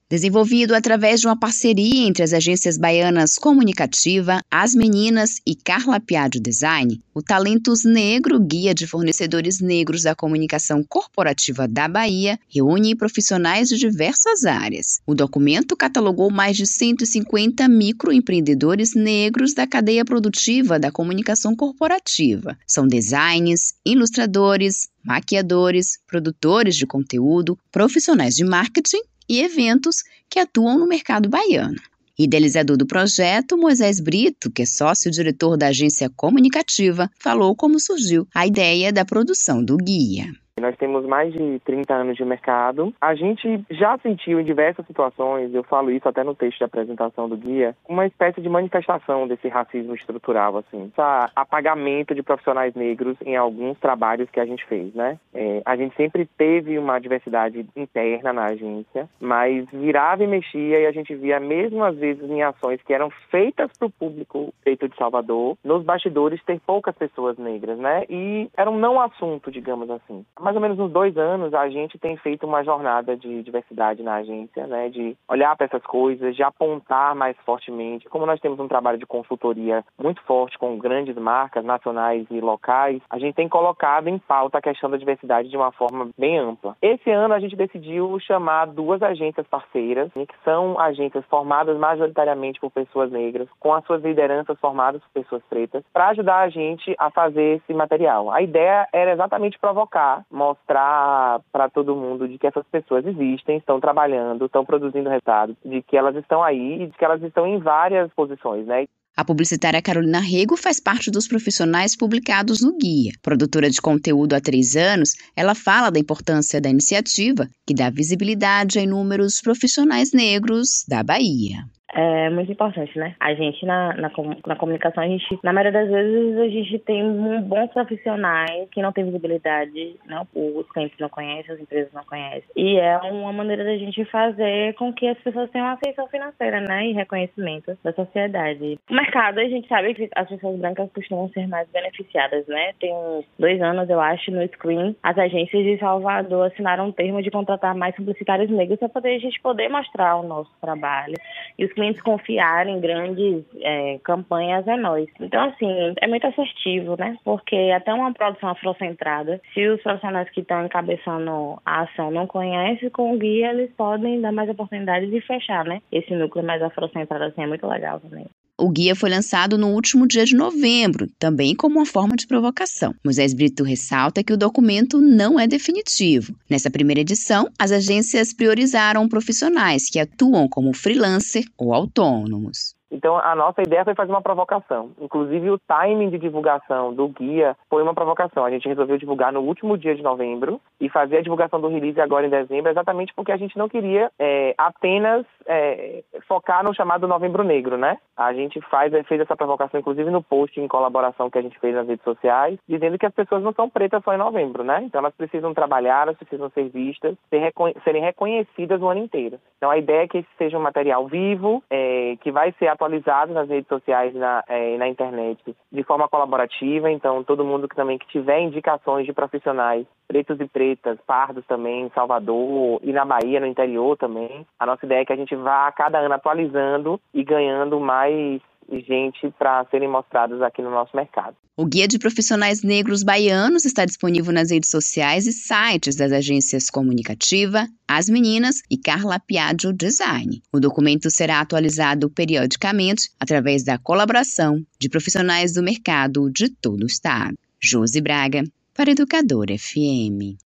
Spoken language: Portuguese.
Desenvolvido através de uma parceria entre as agências baianas Comunicativa, As Meninas e Carla Piaggio Design, o Talentos Negro, guia de fornecedores negros da comunicação corporativa da Bahia, reúne profissionais de diversas áreas. O documento catalogou mais de 150 microempreendedores negros da cadeia produtiva da comunicação corporativa. São designers, ilustradores, maquiadores, produtores de conteúdo, profissionais de marketing e eventos que atuam no mercado baiano. Idealizador do projeto, Moisés Brito, que é sócio-diretor da agência comunicativa, falou como surgiu a ideia da produção do guia. Nós temos mais de 30 anos de mercado. A gente já sentiu em diversas situações, eu falo isso até no texto de apresentação do guia, uma espécie de manifestação desse racismo estrutural, assim. Esse apagamento de profissionais negros em alguns trabalhos que a gente fez, né? A gente sempre teve uma diversidade interna na agência, mas virava e mexia e a gente via mesmo às vezes em ações que eram feitas para o público feito de Salvador, nos bastidores ter poucas pessoas negras, né? E era um não assunto, digamos assim. Mais ou menos uns 2 anos, a gente tem feito uma jornada de diversidade na agência, né, de olhar para essas coisas, de apontar mais fortemente. Como nós temos um trabalho de consultoria muito forte com grandes marcas nacionais e locais, a gente tem colocado em pauta a questão da diversidade de uma forma bem ampla. Esse ano a gente decidiu chamar 2 agências parceiras, que são agências formadas majoritariamente por pessoas negras, com as suas lideranças formadas por pessoas pretas, para ajudar a gente a fazer esse material. A ideia era exatamente provocar, mostrar para todo mundo de que essas pessoas existem, estão trabalhando, estão produzindo resultados, de que elas estão aí e de que elas estão em várias posições, né? A publicitária Carolina Rego faz parte dos profissionais publicados no guia. Produtora de conteúdo há 3 anos, ela fala da importância da iniciativa, que dá visibilidade a inúmeros profissionais negros da Bahia. É muito importante, né? A gente, na comunicação, na maioria das vezes, a gente tem bons profissionais que não têm visibilidade, não, os clientes não conhecem, as empresas não conhecem. E é uma maneira da gente fazer com que as pessoas tenham ascensão financeira, né? E reconhecimento da sociedade. O mercado, a gente sabe que as pessoas brancas costumam ser mais beneficiadas, né? Tem uns 2 anos, eu acho, no Screen, as agências de Salvador assinaram um termo de contratar mais publicitários negros para a gente poder mostrar o nosso trabalho. E os clientes confiarem em grandes campanhas é nós. Então, assim, é muito assertivo, né? Porque até uma produção afrocentrada, se os profissionais que estão encabeçando a ação não conhecem, com o guia eles podem dar mais oportunidades de fechar, né? Esse núcleo mais afrocentrado, assim, é muito legal também. O guia foi lançado no último dia de novembro, também como uma forma de provocação. Moisés Brito ressalta que o documento não é definitivo. Nessa primeira edição, as agências priorizaram profissionais que atuam como freelancer ou autônomos. Então, a nossa ideia foi fazer uma provocação. Inclusive, o timing de divulgação do guia foi uma provocação. A gente resolveu divulgar no último dia de novembro e fazer a divulgação do release agora em dezembro, exatamente porque a gente não queria apenas focar no chamado Novembro Negro, né? A gente fez essa provocação, inclusive, no post em colaboração que a gente fez nas redes sociais, dizendo que as pessoas não são pretas só em novembro, né? Então, elas precisam trabalhar, elas precisam ser vistas, serem reconhecidas o ano inteiro. Então, a ideia é que esse seja um material vivo, que vai ser atualizado nas redes sociais e na internet de forma colaborativa. Então, todo mundo que tiver indicações de profissionais pretos e pretas, pardos também, em Salvador e na Bahia, no interior também. A nossa ideia é que a gente vá a cada ano atualizando e ganhando mais gente para serem mostrados aqui no nosso mercado. O Guia de Profissionais Negros Baianos está disponível nas redes sociais e sites das agências Comunicativa, As Meninas e Carla Piaggio Design. O documento será atualizado periodicamente através da colaboração de profissionais do mercado de todo o estado. Josi Braga, para Educadora FM.